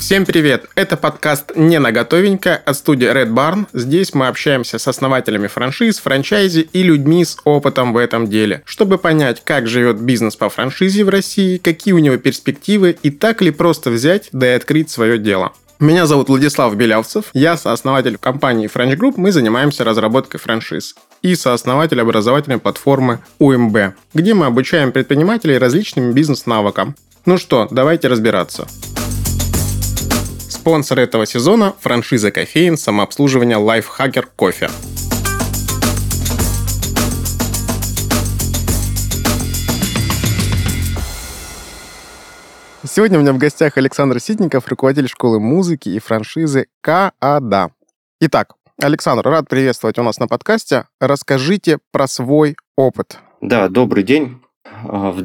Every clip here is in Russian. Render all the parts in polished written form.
Всем привет! Это подкаст «Не на готовенько» от студии Red Barn. Здесь мы общаемся с основателями франшиз, франчайзи и людьми с опытом в этом деле, чтобы понять, как живет бизнес по франшизе в России, какие у него перспективы и так ли просто взять да и открыть свое дело. Меня зовут Владислав Белявцев, я сооснователь компании French Group, мы занимаемся разработкой франшиз. И сооснователь образовательной платформы УМБ, где мы обучаем предпринимателей различным бизнес-навыкам. Ну что, давайте разбираться. Спонсор этого сезона – франшиза кофеин самообслуживания Lifehacker Кофе. Сегодня у меня в гостях Александр Ситников, руководитель школы музыки и франшизы КАДА. Итак, Александр, рад приветствовать у нас на подкасте. Расскажите про свой опыт. Да, добрый день. В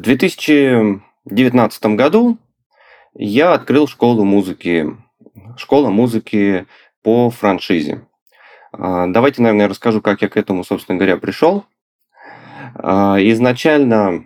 2019 году я открыл школу музыки. Школа музыки по франшизе. Давайте, наверное, я расскажу, как я к этому, собственно говоря, пришел. Изначально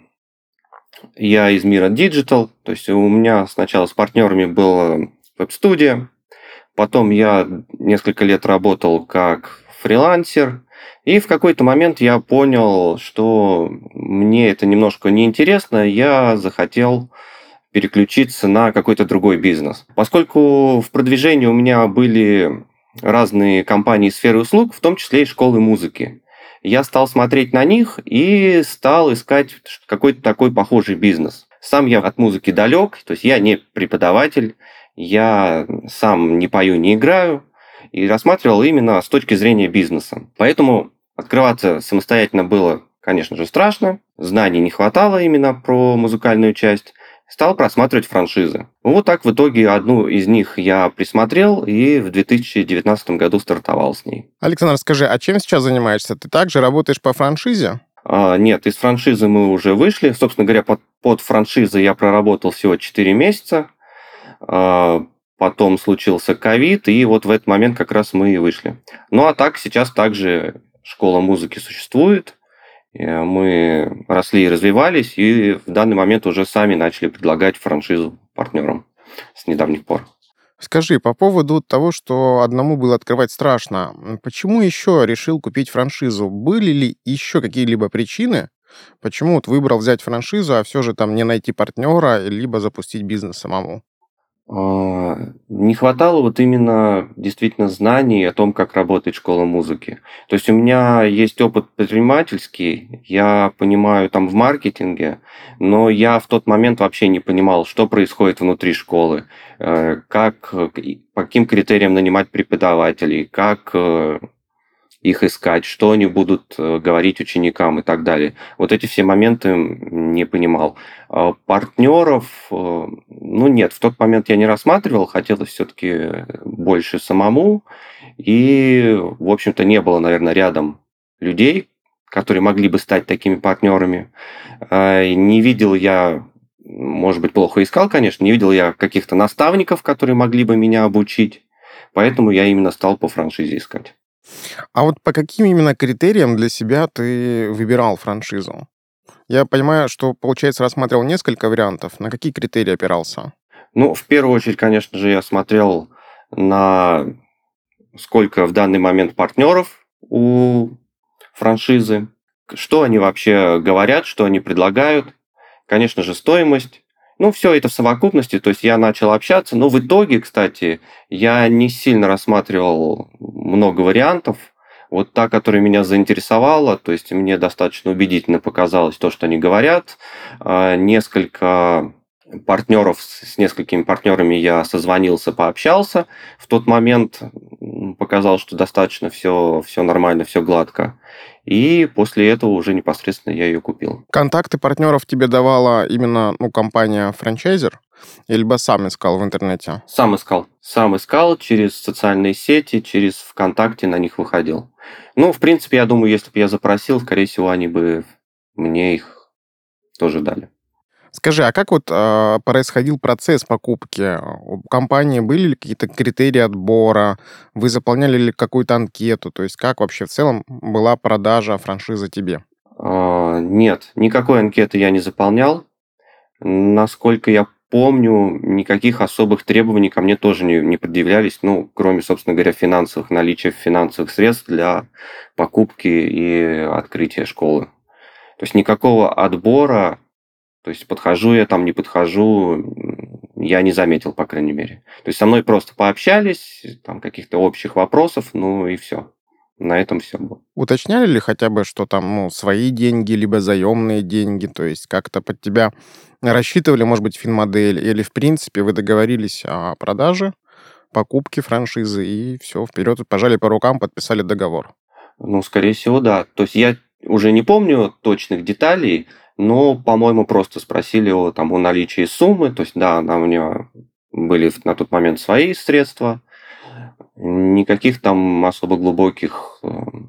я из мира диджитал, то есть у меня сначала с партнерами была веб-студия, потом я несколько лет работал как фрилансер, и в какой-то момент я понял, что мне это немножко неинтересно, я захотел переключиться на какой-то другой бизнес. Поскольку в продвижении у меня были разные компании сферы услуг, в том числе и школы музыки, я стал смотреть на них и стал искать какой-то такой похожий бизнес. Сам я от музыки далек, то есть я не преподаватель, я сам не пою, не играю, и рассматривал именно с точки зрения бизнеса. Поэтому открываться самостоятельно было, конечно же, страшно, знаний не хватало именно про музыкальную часть, стал просматривать франшизы. Вот так в итоге одну из них я присмотрел и в 2019 году стартовал с ней. Александр, скажи, а чем сейчас занимаешься? Ты также работаешь по франшизе? Нет, из франшизы мы уже вышли. Собственно говоря, под франшизой я проработал всего 4 месяца. Потом случился ковид, и вот в этот момент как раз мы и вышли. Ну а так, сейчас также школа музыки существует. Мы росли и развивались, и в данный момент уже сами начали предлагать франшизу партнерам с недавних пор. Скажи, по поводу того, что одному было открывать страшно, почему еще решил купить франшизу? Были ли еще какие-либо причины, почему вот выбрал взять франшизу, а все же там не найти партнера, либо запустить бизнес самому? Не хватало вот именно действительно знаний о том, как работает школа музыки. То есть у меня есть опыт предпринимательский, я понимаю там в маркетинге, но я в тот момент вообще не понимал, что происходит внутри школы, как, по каким критериям нанимать преподавателей, как их искать, что они будут говорить ученикам и так далее. Вот эти все моменты не понимал. Партнеров, ну нет, в тот момент я не рассматривал, хотелось все-таки больше самому. И, в общем-то, не было, наверное, рядом людей, которые могли бы стать такими партнерами. Не видел я, может быть, плохо искал, конечно, не видел я каких-то наставников, которые могли бы меня обучить. Поэтому я именно стал по франшизе искать. А вот по каким именно критериям для себя ты выбирал франшизу? Я понимаю, что, получается, рассматривал несколько вариантов. На какие критерии опирался? Ну, в первую очередь, конечно же, я смотрел на сколько в данный момент партнеров у франшизы, что они вообще говорят, что они предлагают, конечно же, стоимость. Ну, все это в совокупности, то есть я начал общаться, но в итоге, кстати, я не сильно рассматривал много вариантов. Вот та, которая меня заинтересовала, то есть мне достаточно убедительно показалось то, что они говорят. Несколько партнеров, с несколькими партнерами я созвонился, пообщался. В тот момент показалось, что достаточно все нормально, все гладко. И после этого уже непосредственно я ее купил. Контакты партнеров тебе давала именно компания-франчайзер, либо сам искал в интернете? Сам искал. Сам искал через социальные сети, через ВКонтакте на них выходил. Ну, в принципе, я думаю, если бы я запросил, скорее всего, они бы мне их тоже дали. Скажи, а как вот происходил процесс покупки? У компании были ли какие-то критерии отбора? Вы заполняли ли какую-то анкету? То есть как вообще в целом была продажа франшизы тебе? Нет, никакой анкеты я не заполнял. Насколько я помню, никаких особых требований ко мне тоже не предъявлялись, ну, кроме, собственно говоря, наличия финансовых средств для покупки и открытия школы. То есть никакого отбора, то есть подхожу я там, не подхожу, я не заметил, по крайней мере. То есть со мной просто пообщались, там каких-то общих вопросов, ну и все. На этом все было. Уточняли ли хотя бы, что там, свои деньги, либо заемные деньги, то есть как-то под тебя рассчитывали, может быть, финмодель, или, в принципе, вы договорились о продаже, покупке франшизы, и все, вперед, пожали по рукам, подписали договор? Ну, скорее всего, да. То есть я уже не помню точных деталей, но, по-моему, просто спросили о наличии суммы. То есть, да, у меня были на тот момент свои средства. Никаких там особо глубоких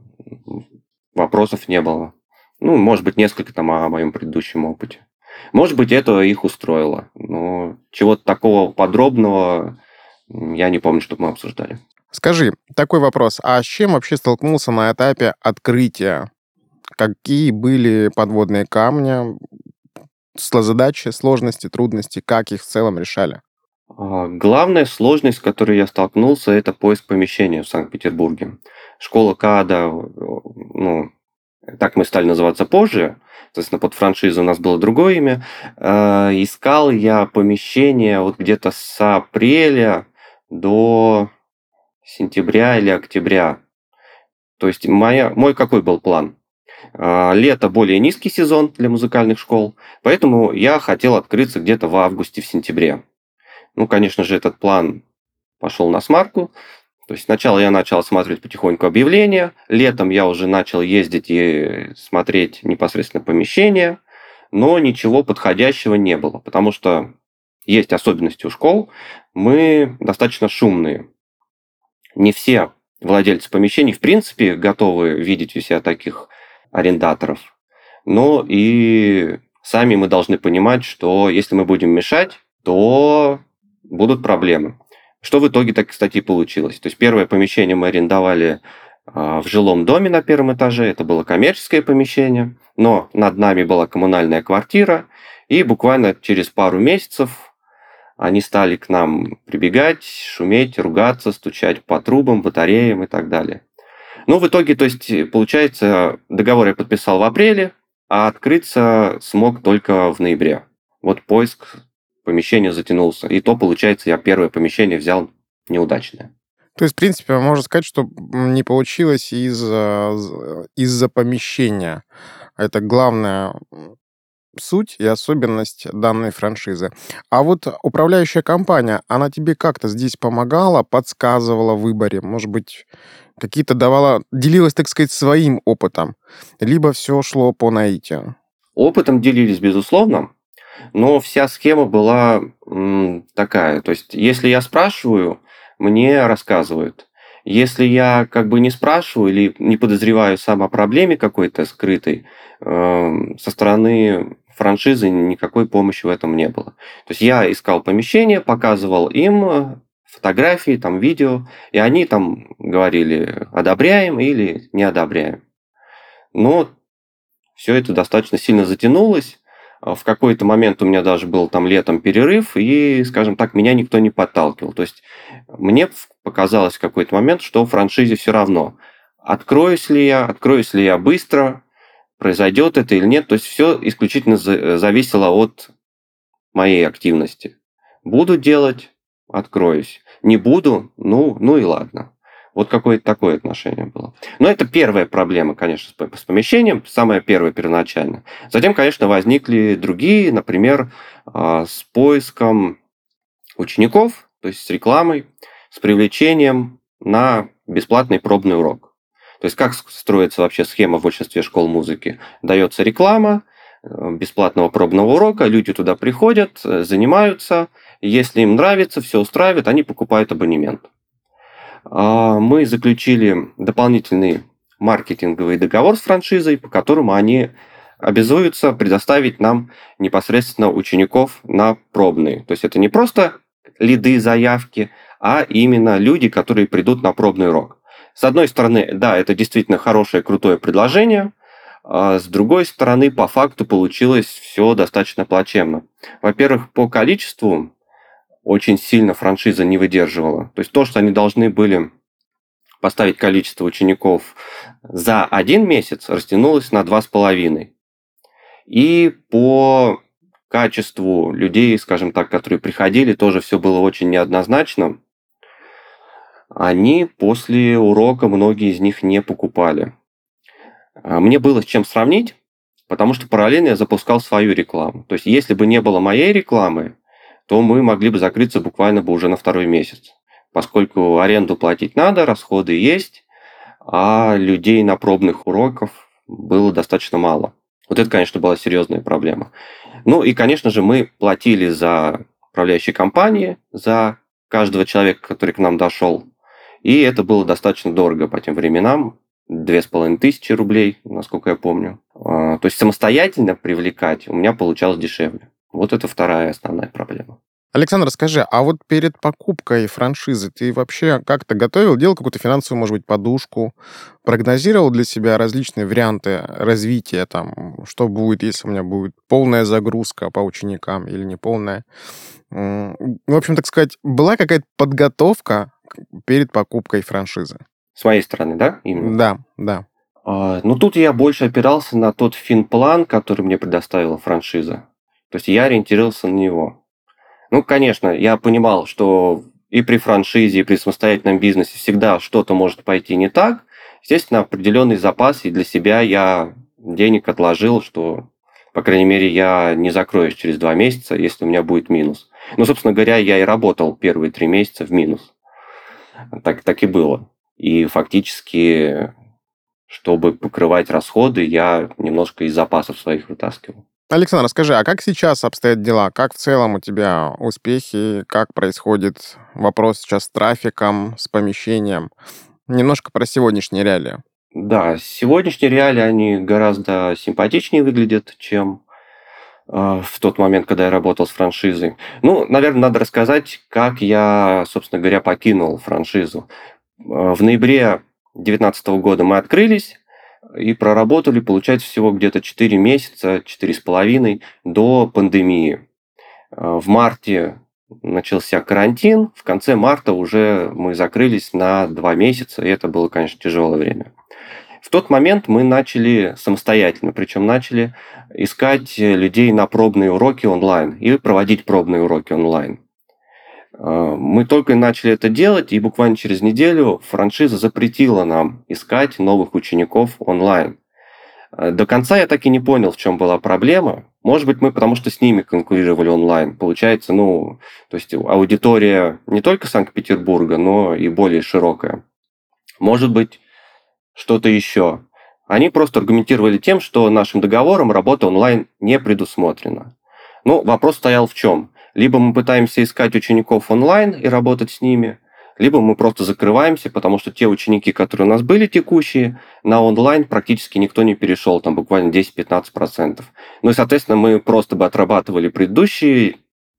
вопросов не было. Ну, может быть, несколько там о моем предыдущем опыте. Может быть, это их устроило. Но чего-то такого подробного я не помню, чтобы мы обсуждали. Скажи, такой вопрос, а с чем вообще столкнулся на этапе открытия? Какие были подводные камни, задачи, сложности, трудности, как их в целом решали? Главная сложность, с которой я столкнулся, это поиск помещения в Санкт-Петербурге. Школа КААДа, ну, так мы стали называться позже, соответственно, под франшизу у нас было другое имя. Искал я помещение вот где-то с апреля до сентября или октября. То есть мой какой был план? Лето более низкий сезон для музыкальных школ, поэтому я хотел открыться где-то в августе, в сентябре. Ну, конечно же, этот план пошел на смарку. То есть сначала я начал осматривать потихоньку объявления, летом я уже начал ездить и смотреть непосредственно помещения, но ничего подходящего не было, потому что есть особенности у школ, мы достаточно шумные. Не все владельцы помещений, в принципе, готовы видеть у себя таких арендаторов, но и сами мы должны понимать, что если мы будем мешать, то будут проблемы. Что в итоге, так, кстати, и получилось. То есть первое помещение мы арендовали в жилом доме на первом этаже. Это было коммерческое помещение, но над нами была коммунальная квартира. И буквально через пару месяцев они стали к нам прибегать, шуметь, ругаться, стучать по трубам, батареям и так далее. Ну, в итоге, то есть, получается, договор я подписал в апреле, а открыться смог только в ноябре. Вот поиск помещение затянулся. И то, получается, я первое помещение взял неудачное. То есть, в принципе, можно сказать, что не получилось из-за помещения. Это главная суть и особенность данной франшизы. А вот управляющая компания, она тебе как-то здесь помогала, подсказывала в выборе? Может быть, какие-то делилась, так сказать, своим опытом? Либо все шло по наитию? Опытом делились, безусловно. Но вся схема была такая. То есть, если я спрашиваю, мне рассказывают. Если я как бы не спрашиваю или не подозреваю сам о проблеме какой-то скрытой, со стороны франшизы никакой помощи в этом не было. То есть я искал помещение, показывал им фотографии, там, видео, и они там говорили, одобряем или не одобряем. Но все это достаточно сильно затянулось. В какой-то момент у меня даже был там летом перерыв, и, скажем так, меня никто не подталкивал. То есть мне показалось в какой-то момент, что франшизе все равно, откроюсь ли я быстро, произойдет это или нет. То есть все исключительно зависело от моей активности. Буду делать, откроюсь. Не буду, ну и ладно. Вот какое-то такое отношение было. Но это первая проблема, конечно, с помещением, самая первая первоначально. Затем, конечно, возникли другие, например, с поиском учеников, то есть с рекламой, с привлечением на бесплатный пробный урок. То есть как строится вообще схема в большинстве школ музыки? Дается реклама бесплатного пробного урока, люди туда приходят, занимаются, если им нравится, все устраивает, они покупают абонемент. Мы заключили дополнительный маркетинговый договор с франшизой, по которому они обязуются предоставить нам непосредственно учеников на пробные. То есть это не просто лиды, заявки, а именно люди, которые придут на пробный урок. С одной стороны, да, это действительно хорошее, крутое предложение, А с другой стороны, по факту получилось все достаточно плачевно. Во-первых, по количеству очень сильно франшиза не выдерживала. То есть то, что они должны были поставить количество учеников за 1 месяц, растянулось на 2,5. И по качеству людей, скажем так, которые приходили, тоже все было очень неоднозначно. Они после урока, многие из них не покупали. Мне было с чем сравнить, потому что параллельно я запускал свою рекламу. То есть если бы не было моей рекламы, то мы могли бы закрыться буквально бы уже на 2 месяц. Поскольку аренду платить надо, расходы есть, а людей на пробных уроках было достаточно мало. Вот это, конечно, была серьезная проблема. Ну и, конечно же, мы платили за управляющие компании, за каждого человека, который к нам дошел. И это было достаточно дорого по тем временам. 2500 рублей, насколько я помню. То есть самостоятельно привлекать у меня получалось дешевле. Вот это вторая основная проблема. Александр, скажи, а вот перед покупкой франшизы ты вообще как-то готовил, делал какую-то финансовую, может быть, подушку, прогнозировал для себя различные варианты развития, там, что будет, если у меня будет полная загрузка по ученикам или не полная? В общем, так сказать, была какая-то подготовка перед покупкой франшизы? С моей стороны, да, именно? Да, да. Ну, тут я больше опирался на тот финплан, который мне предоставила франшиза. То есть я ориентировался на него. Ну, конечно, я понимал, что и при франшизе, и при самостоятельном бизнесе всегда что-то может пойти не так. Естественно, определенный запас, и для себя я денег отложил, что, по крайней мере, я не закроюсь через 2 месяца, если у меня будет минус. Ну, собственно говоря, я и работал первые 3 месяца в минус. Так и было. И фактически, чтобы покрывать расходы, я немножко из запасов своих вытаскивал. Александр, скажи, а как сейчас обстоят дела? Как в целом у тебя успехи? Как происходит вопрос сейчас с трафиком, с помещением? Немножко про сегодняшние реалии. Да, сегодняшние реалии, они гораздо симпатичнее выглядят, чем в тот момент, когда я работал с франшизой. Ну, наверное, надо рассказать, как я, собственно говоря, покинул франшизу. В ноябре 2019 года мы открылись и проработали, получается, всего где-то 4 месяца, 4,5 до пандемии. В марте начался карантин, в конце марта уже мы закрылись на 2 месяца, и это было, конечно, тяжелое время. В тот момент мы начали самостоятельно, причем начали искать людей на пробные уроки онлайн и проводить пробные уроки онлайн. Мы только начали это делать, и буквально через неделю франшиза запретила нам искать новых учеников онлайн. До конца я так и не понял, в чем была проблема. Может быть, мы потому что с ними конкурировали онлайн. Получается, то есть аудитория не только Санкт-Петербурга, но и более широкая. Может быть, что-то еще. Они просто аргументировали тем, что нашим договором работа онлайн не предусмотрена. Вопрос стоял в чем? Либо мы пытаемся искать учеников онлайн и работать с ними, либо мы просто закрываемся, потому что те ученики, которые у нас были текущие, на онлайн практически никто не перешел, там буквально 10-15%. И, соответственно, мы просто бы отрабатывали предыдущие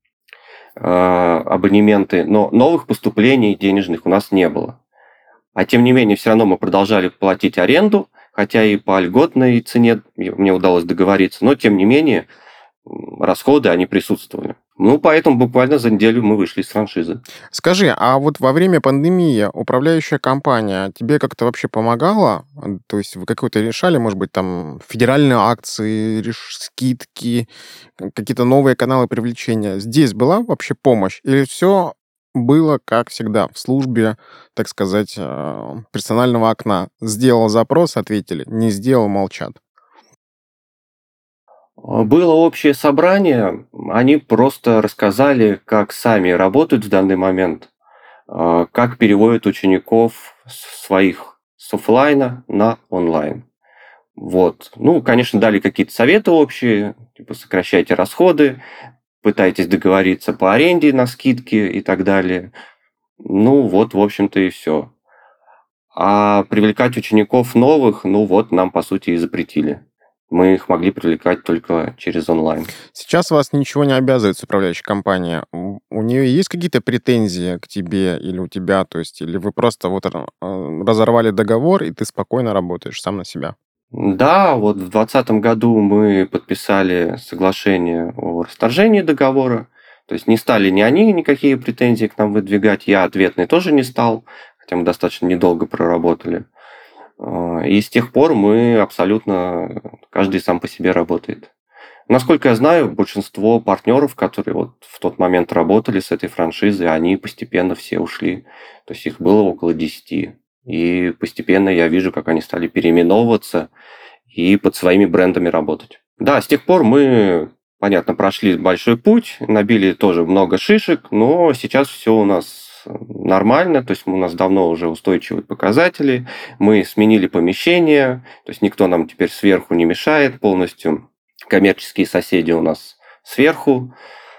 абонементы, но новых поступлений денежных у нас не было. А тем не менее, все равно мы продолжали платить аренду, хотя и по льготной цене мне удалось договориться, но тем не менее расходы, они присутствовали. Поэтому буквально за неделю мы вышли из франшизы. Скажи, а вот во время пандемии управляющая компания тебе как-то вообще помогала? То есть вы какое-то решали, может быть, там федеральные акции, скидки, какие-то новые каналы привлечения? Здесь была вообще помощь? Или все было, как всегда, в службе, так сказать, персонального окна? Сделал запрос, ответили, не сделал, молчат. Было общее собрание, они просто рассказали, как сами работают в данный момент, как переводят учеников своих с офлайна на онлайн. Вот. Конечно, дали какие-то советы общие, типа сокращайте расходы, пытайтесь договориться по аренде на скидки и так далее. В общем-то, и все. А привлекать учеников новых, нам, по сути, и запретили. Мы их могли привлекать только через онлайн. Сейчас вас ничего не обязывает управляющая компания. У нее есть какие-то претензии к тебе или у тебя, то есть, или вы просто разорвали договор, и ты спокойно работаешь сам на себя? Да, вот в 2020 году мы подписали соглашение о расторжении договора. То есть не стали ни они никакие претензии к нам выдвигать, я ответный тоже не стал, хотя мы достаточно недолго проработали. И с тех пор мы абсолютно каждый сам по себе работает. Насколько я знаю, большинство партнеров, которые вот в тот момент работали с этой франшизой, они постепенно все ушли. То есть их было около 10. И постепенно я вижу, как они стали переименовываться и под своими брендами работать. Да, с тех пор мы, понятно, прошли большой путь, набили тоже много шишек, но сейчас все у нас нормально, то есть у нас давно уже устойчивые показатели, мы сменили помещение, то есть никто нам теперь сверху не мешает полностью, коммерческие соседи у нас сверху,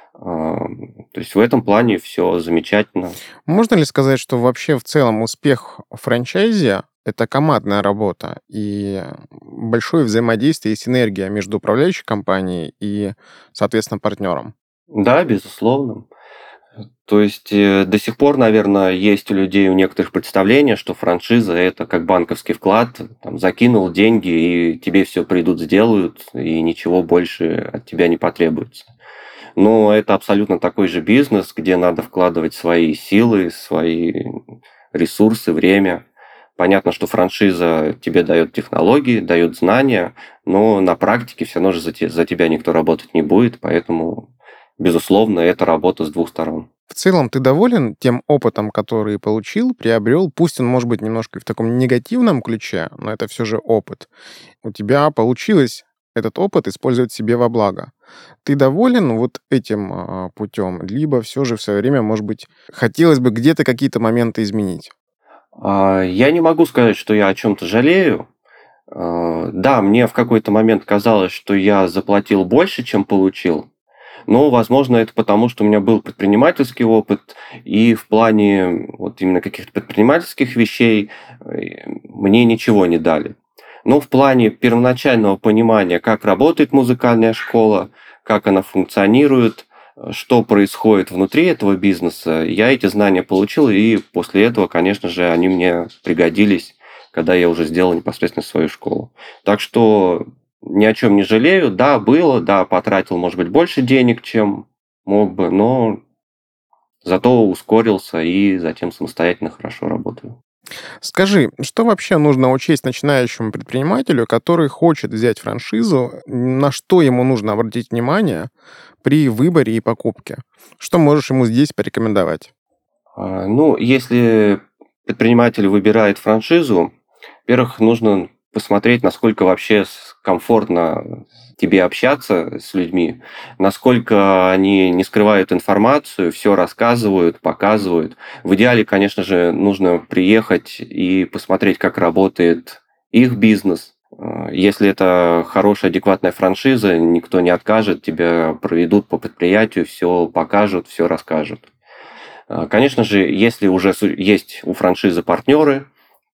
то есть в этом плане все замечательно. Можно ли сказать, что вообще в целом успех франчайзи — это командная работа и большое взаимодействие и синергия между управляющей компанией и, соответственно, партнером? Да, безусловно. То есть до сих пор, наверное, есть у людей у некоторых представление, что франшиза это как банковский вклад, там, закинул деньги и тебе все придут, сделают, и ничего больше от тебя не потребуется. Но это абсолютно такой же бизнес, где надо вкладывать свои силы, свои ресурсы, время. Понятно, что франшиза тебе дает технологии, дает знания, но на практике все равно же за тебя никто работать не будет, поэтому, безусловно, это работа с двух сторон. В целом, ты доволен тем опытом, который получил, приобрел? Пусть он может быть немножко в таком негативном ключе, но это все же опыт. У тебя получилось этот опыт использовать себе во благо. Ты доволен вот этим путем? Либо все же в свое время, может быть, хотелось бы где-то какие-то моменты изменить? Я не могу сказать, что я о чем-то жалею. Да, мне в какой-то момент казалось, что я заплатил больше, чем получил. Но, возможно, это потому, что у меня был предпринимательский опыт, и в плане вот именно каких-то предпринимательских вещей мне ничего не дали. Но в плане первоначального понимания, как работает музыкальная школа, как она функционирует, что происходит внутри этого бизнеса, я эти знания получил, и после этого, конечно же, они мне пригодились, когда я уже сделал непосредственно свою школу. Так что ни о чем не жалею. Да, было, да, потратил, может быть, больше денег, чем мог бы, но зато ускорился и затем самостоятельно хорошо работаю. Скажи, что вообще нужно учесть начинающему предпринимателю, который хочет взять франшизу, на что ему нужно обратить внимание при выборе и покупке? Что можешь ему здесь порекомендовать? Ну, если предприниматель выбирает франшизу, во-первых, нужно посмотреть, насколько вообще комфортно тебе общаться с людьми, насколько они не скрывают информацию, все рассказывают, показывают. В идеале, конечно же, нужно приехать и посмотреть, как работает их бизнес. Если это хорошая, адекватная франшиза, никто не откажет, тебя проведут по предприятию, все покажут, все расскажут. Конечно же, если уже есть у франшизы партнеры,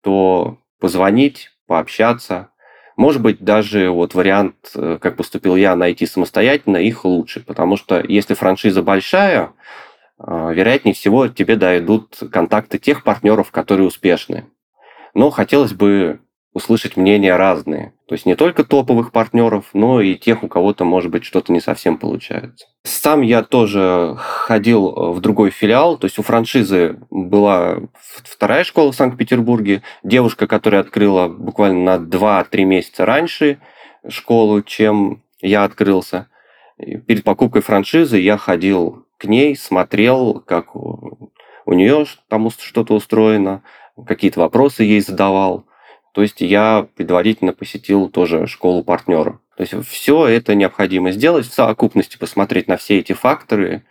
то позвонить, пообщаться. Может быть, даже вот вариант, как поступил я, найти самостоятельно, их лучше. Потому что если франшиза большая, вероятнее всего тебе дойдут контакты тех партнеров, которые успешны. Но хотелось бы услышать мнения разные. То есть не только топовых партнеров, но и тех, у кого-то, может быть, что-то не совсем получается. Сам я тоже ходил в другой филиал, то есть у франшизы была вторая школа в Санкт-Петербурге, девушка, которая открыла буквально на 2-3 месяца раньше школу, чем я открылся. И перед покупкой франшизы я ходил к ней, смотрел, как у нее там что-то устроено, какие-то вопросы ей задавал. То есть я предварительно посетил тоже школу партнера. То есть все это необходимо сделать, в совокупности посмотреть на все эти факторы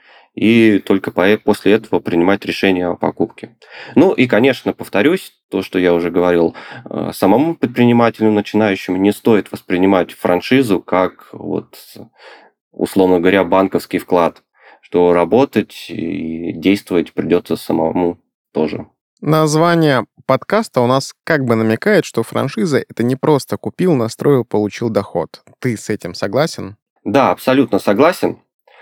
и только после этого принимать решение о покупке. Ну и, конечно, повторюсь, то, что я уже говорил, самому предпринимателю начинающему не стоит воспринимать франшизу как, вот, условно говоря, банковский вклад, что работать и действовать придется самому тоже. Название подкаста у нас как бы намекает, что франшиза — это не просто купил, настроил, получил доход. Ты с этим согласен? Да, абсолютно согласен.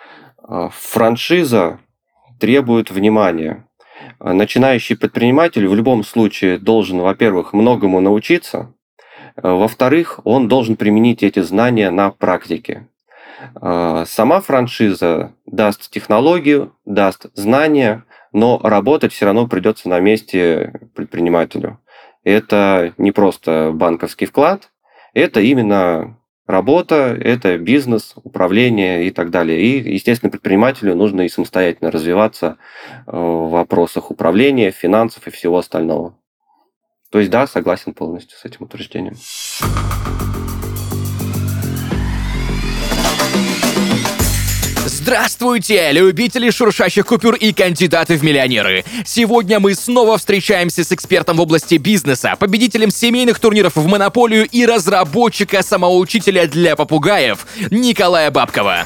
Франшиза требует внимания. Начинающий предприниматель в любом случае должен, во-первых, многому научиться. Во-вторых, он должен применить эти знания на практике. Сама франшиза даст технологию, даст знания, но работать все равно придется на месте предпринимателю. Это не просто банковский вклад, это именно работа, это бизнес, управление и так далее. И, естественно, предпринимателю нужно и самостоятельно развиваться в вопросах управления, финансов и всего остального. То есть, да, согласен полностью с этим утверждением. Здравствуйте, любители шуршащих купюр и кандидаты в миллионеры! Сегодня мы снова встречаемся с экспертом в области бизнеса, победителем семейных турниров в монополию и разработчика самоучителя для попугаев Николая Бабкова.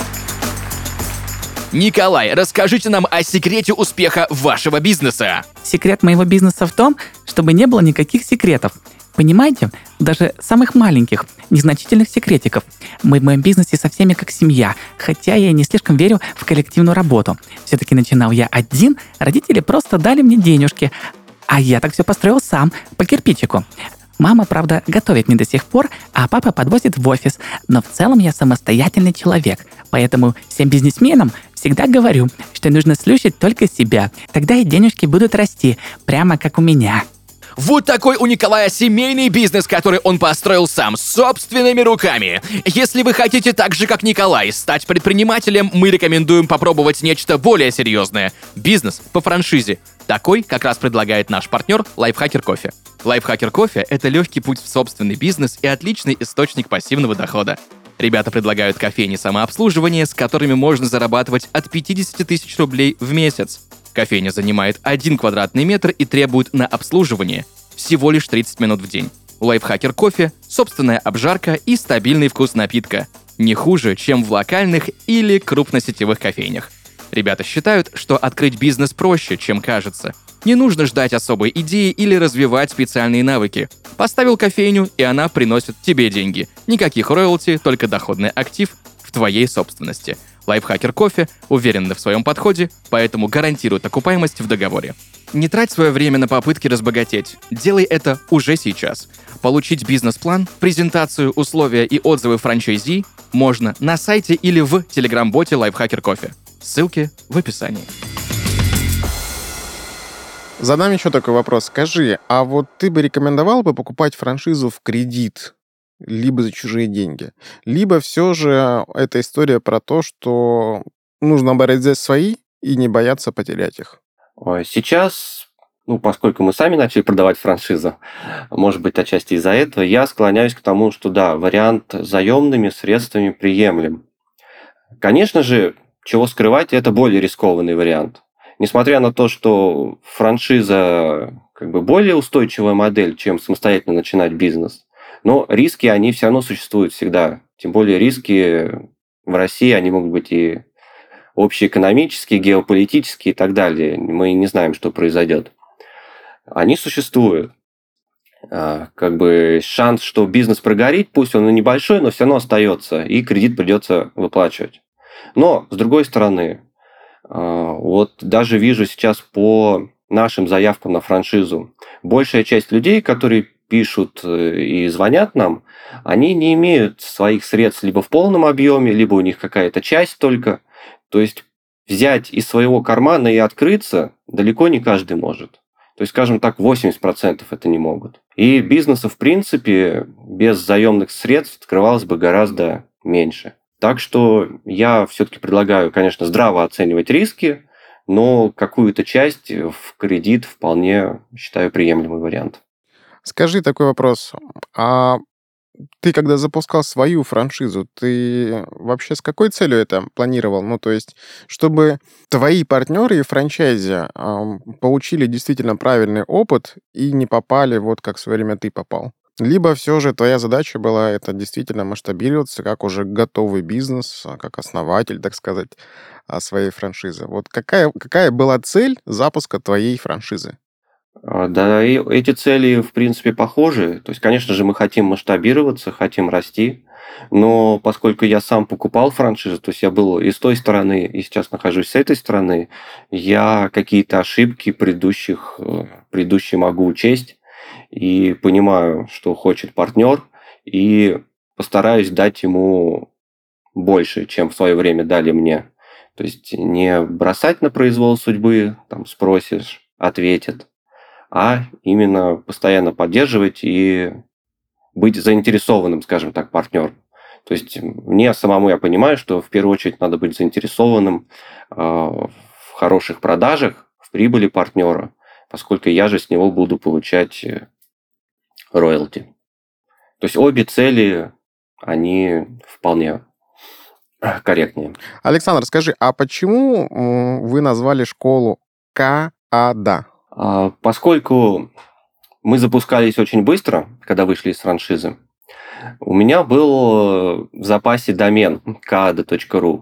Николай, расскажите нам о секрете успеха вашего бизнеса. Секрет моего бизнеса в том, чтобы не было никаких секретов. Понимаете, даже самых маленьких, незначительных секретиков. Мы в моем бизнесе со всеми как семья, хотя я и не слишком верю в коллективную работу. Все-таки начинал я один, родители просто дали мне денежки, а я так все построил сам, по кирпичику. Мама, правда, готовит мне до сих пор, а папа подвозит в офис, но в целом я самостоятельный человек, поэтому всем бизнесменам всегда говорю, что нужно слушать только себя, тогда и денежки будут расти, прямо как у меня. Вот такой у Николая семейный бизнес, который он построил сам, собственными руками. Если вы хотите так же, как Николай, стать предпринимателем, мы рекомендуем попробовать нечто более серьезное. Бизнес по франшизе. Такой как раз предлагает наш партнер Lifehacker Coffee. Lifehacker Coffee – это легкий путь в собственный бизнес и отличный источник пассивного дохода. Ребята предлагают кофейни самообслуживания, с которыми можно зарабатывать от 50 тысяч рублей в месяц. Кофейня занимает 1 квадратный метр и требует на обслуживание всего лишь 30 минут в день. У Lifehacker Coffee собственная обжарка и стабильный вкус напитка. Не хуже, чем в локальных или крупносетевых кофейнях. Ребята считают, что открыть бизнес проще, чем кажется. Не нужно ждать особой идеи или развивать специальные навыки. Поставил кофейню, и она приносит тебе деньги. Никаких роялти, только доходный актив в твоей собственности. Lifehacker Coffee уверены в своем подходе, поэтому гарантируют окупаемость в договоре. Не трать свое время на попытки разбогатеть. Делай это уже сейчас. Получить бизнес-план, презентацию, условия и отзывы франчайзи можно на сайте или в телеграм-боте Lifehacker Coffee. Ссылки в описании. Задам еще такой вопрос. Скажи, а вот ты бы рекомендовал бы покупать франшизу в кредит, либо за чужие деньги? Либо все же эта история про то, что нужно брать за свои и не бояться потерять их? Сейчас, поскольку мы сами начали продавать франшизу, может быть, отчасти из-за этого, я склоняюсь к тому, что да, вариант с заемными средствами приемлем. Конечно же, чего скрывать, это более рискованный вариант. Несмотря на то, что франшиза более устойчивая модель, чем самостоятельно начинать бизнес, но риски, они все равно существуют всегда. Тем более риски в России, они могут быть и общеэкономические, геополитические и так далее. Мы не знаем, что произойдет. Они существуют. Шанс, что бизнес прогорит, пусть он и небольшой, но все равно остается, и кредит придется выплачивать. Но, с другой стороны, вот даже вижу сейчас по нашим заявкам на франшизу, большая часть людей, которые пишут и звонят нам, они не имеют своих средств либо в полном объеме, либо у них какая-то часть только. То есть взять из своего кармана и открыться далеко не каждый может. То есть, скажем так, 80% это не могут. И бизнеса, в принципе, без заемных средств открывалось бы гораздо меньше. Так что я все-таки предлагаю, конечно, здраво оценивать риски, но какую-то часть в кредит вполне считаю приемлемый вариант. Скажи такой вопрос. А ты, когда запускал свою франшизу, ты вообще с какой целью это планировал? То есть, чтобы твои партнеры и франчайзи получили действительно правильный опыт и не попали вот как в свое время ты попал? Либо все же твоя задача была это действительно масштабироваться как уже готовый бизнес, как основатель, так сказать, своей франшизы. Вот какая была цель запуска твоей франшизы? Да, и эти цели, в принципе, похожи. То есть, конечно же, мы хотим масштабироваться, хотим расти. Но поскольку я сам покупал франшизу, то есть я был и с той стороны, и сейчас нахожусь с этой стороны, я какие-то ошибки предыдущие могу учесть и понимаю, что хочет партнер, и постараюсь дать ему больше, чем в свое время дали мне. То есть не бросать на произвол судьбы, там спросишь, ответят, а именно постоянно поддерживать и быть заинтересованным, скажем так, партнером. То есть мне самому, я понимаю, что в первую очередь надо быть заинтересованным в хороших продажах, в прибыли партнера, поскольку я же с него буду получать роялти. То есть обе цели, они вполне корректнее. Александр, скажи, а почему вы назвали школу КАДА? Поскольку мы запускались очень быстро, когда вышли из франшизы, у меня был в запасе домен kaada.ru.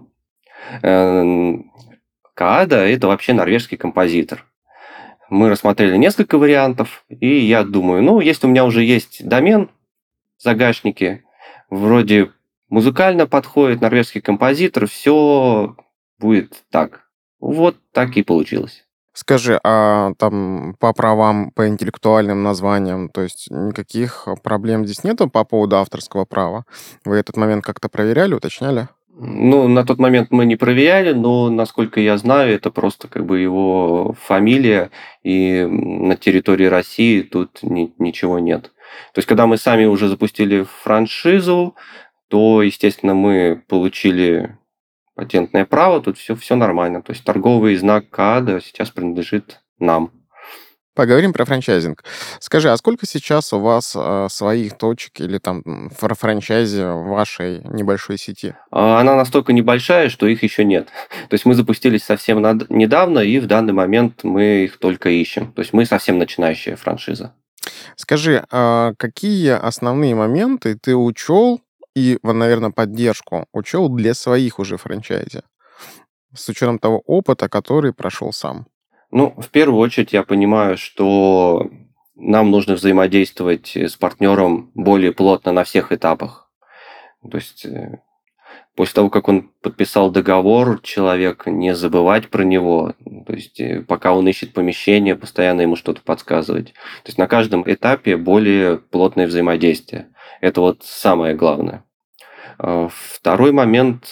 Kaada – это вообще норвежский композитор. Мы рассмотрели несколько вариантов, и я думаю, если у меня уже есть домен в загашнике, вроде музыкально подходит норвежский композитор, все будет так. Вот так и получилось. Скажи, а там по правам, по интеллектуальным названиям, то есть никаких проблем здесь нету по поводу авторского права? Вы этот момент как-то проверяли, уточняли? На тот момент мы не проверяли, но, насколько я знаю, это просто как бы его фамилия, и на территории России тут ничего нет. То есть, когда мы сами уже запустили франшизу, то, естественно, мы получили патентное право, тут все нормально. То есть, торговый знак КААДа сейчас принадлежит нам. Поговорим про франчайзинг. Скажи, а сколько сейчас у вас своих точек или там франчайзи в вашей небольшой сети? Она настолько небольшая, что их еще нет. То есть мы запустились совсем недавно, и в данный момент мы их только ищем. То есть мы совсем начинающая франшиза. Скажи, а какие основные моменты ты учел и, наверное, поддержку учел для своих уже франчайзи, с учетом того опыта, который прошел сам? В первую очередь я понимаю, что нам нужно взаимодействовать с партнером более плотно на всех этапах. То есть после того, как он подписал договор, человек не забывать про него. То есть пока он ищет помещение, постоянно ему что-то подсказывать. То есть на каждом этапе более плотное взаимодействие. Это вот самое главное. Второй момент.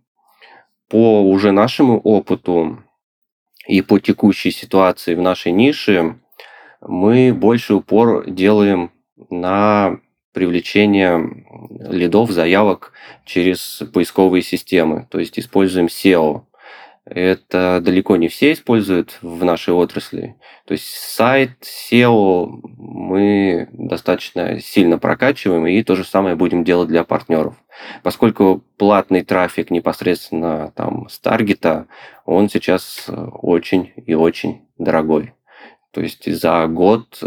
По уже нашему опыту и по текущей ситуации в нашей нише мы больше упор делаем на привлечение лидов, заявок через поисковые системы. То есть используем SEO. Это далеко не все используют в нашей отрасли. То есть сайт, SEO мы достаточно сильно прокачиваем, и то же самое будем делать для партнеров. Поскольку платный трафик непосредственно там с таргета, он сейчас очень и очень дорогой. То есть за год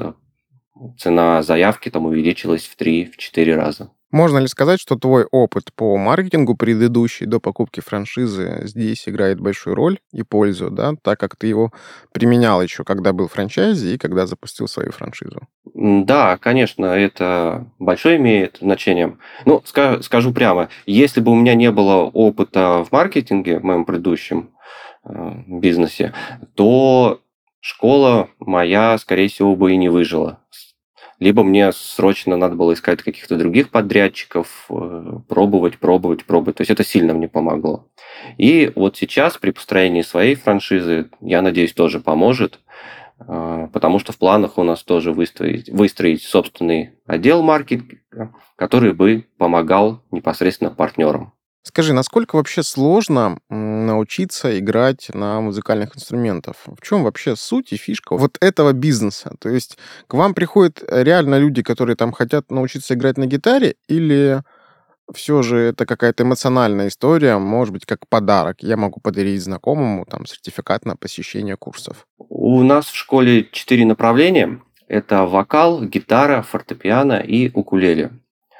цена заявки там увеличилась в 3-4 раза. Можно ли сказать, что твой опыт по маркетингу предыдущий до покупки франшизы здесь играет большую роль и пользу, да, так как ты его применял еще, когда был в франчайзе и когда запустил свою франшизу? Да, конечно, это большое имеет значение. Скажу прямо, если бы у меня не было опыта в маркетинге в моем предыдущем бизнесе, то школа моя, скорее всего, бы и не выжила. Либо мне срочно надо было искать каких-то других подрядчиков, пробовать. То есть это сильно мне помогло. И вот сейчас при построении своей франшизы, я надеюсь, тоже поможет, потому что в планах у нас тоже выстроить собственный отдел маркетинга, который бы помогал непосредственно партнерам. Скажи, насколько вообще сложно научиться играть на музыкальных инструментах? В чем вообще суть и фишка вот этого бизнеса? То есть к вам приходят реально люди, которые там хотят научиться играть на гитаре, или все же это какая-то эмоциональная история, может быть, как подарок? Я могу подарить знакомому там сертификат на посещение курсов. У нас в школе 4 направления. Это вокал, гитара, фортепиано и укулеле.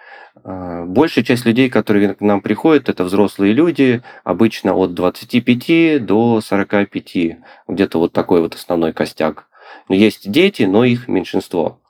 Большая часть людей, которые к нам приходят, это взрослые люди, обычно от 25 до 45. Где-то вот такой вот основной костяк. Но есть дети, но их меньшинство.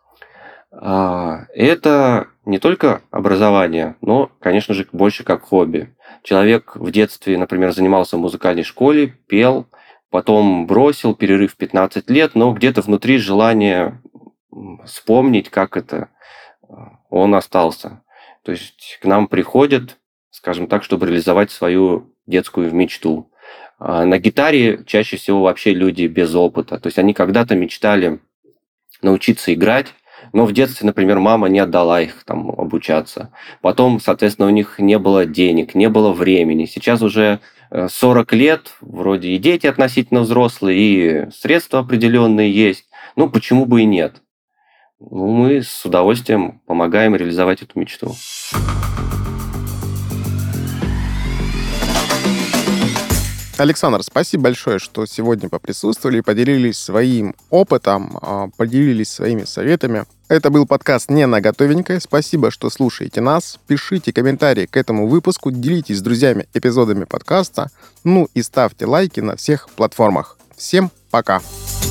Это не только образование, но, конечно же, больше как хобби. Человек в детстве, например, занимался в музыкальной школе, пел, потом бросил, перерыв 15 лет, но где-то внутри желание вспомнить, как это он остался. То есть к нам приходят, скажем так, чтобы реализовать свою детскую мечту. На гитаре чаще всего вообще люди без опыта. То есть они когда-то мечтали научиться играть, но в детстве, например, мама не отдала их там обучаться. Потом, соответственно, у них не было денег, не было времени. Сейчас уже 40 лет, вроде и дети относительно взрослые, и средства определенные есть. Ну, почему бы и нет? Ну, мы с удовольствием помогаем реализовать эту мечту. Александр, спасибо большое, что сегодня поприсутствовали, поделились своим опытом, поделились своими советами. Это был подкаст «Не на готовенькое». Спасибо, что слушаете нас. Пишите комментарии к этому выпуску, делитесь с друзьями эпизодами подкаста, ну и ставьте лайки на всех платформах. Всем пока!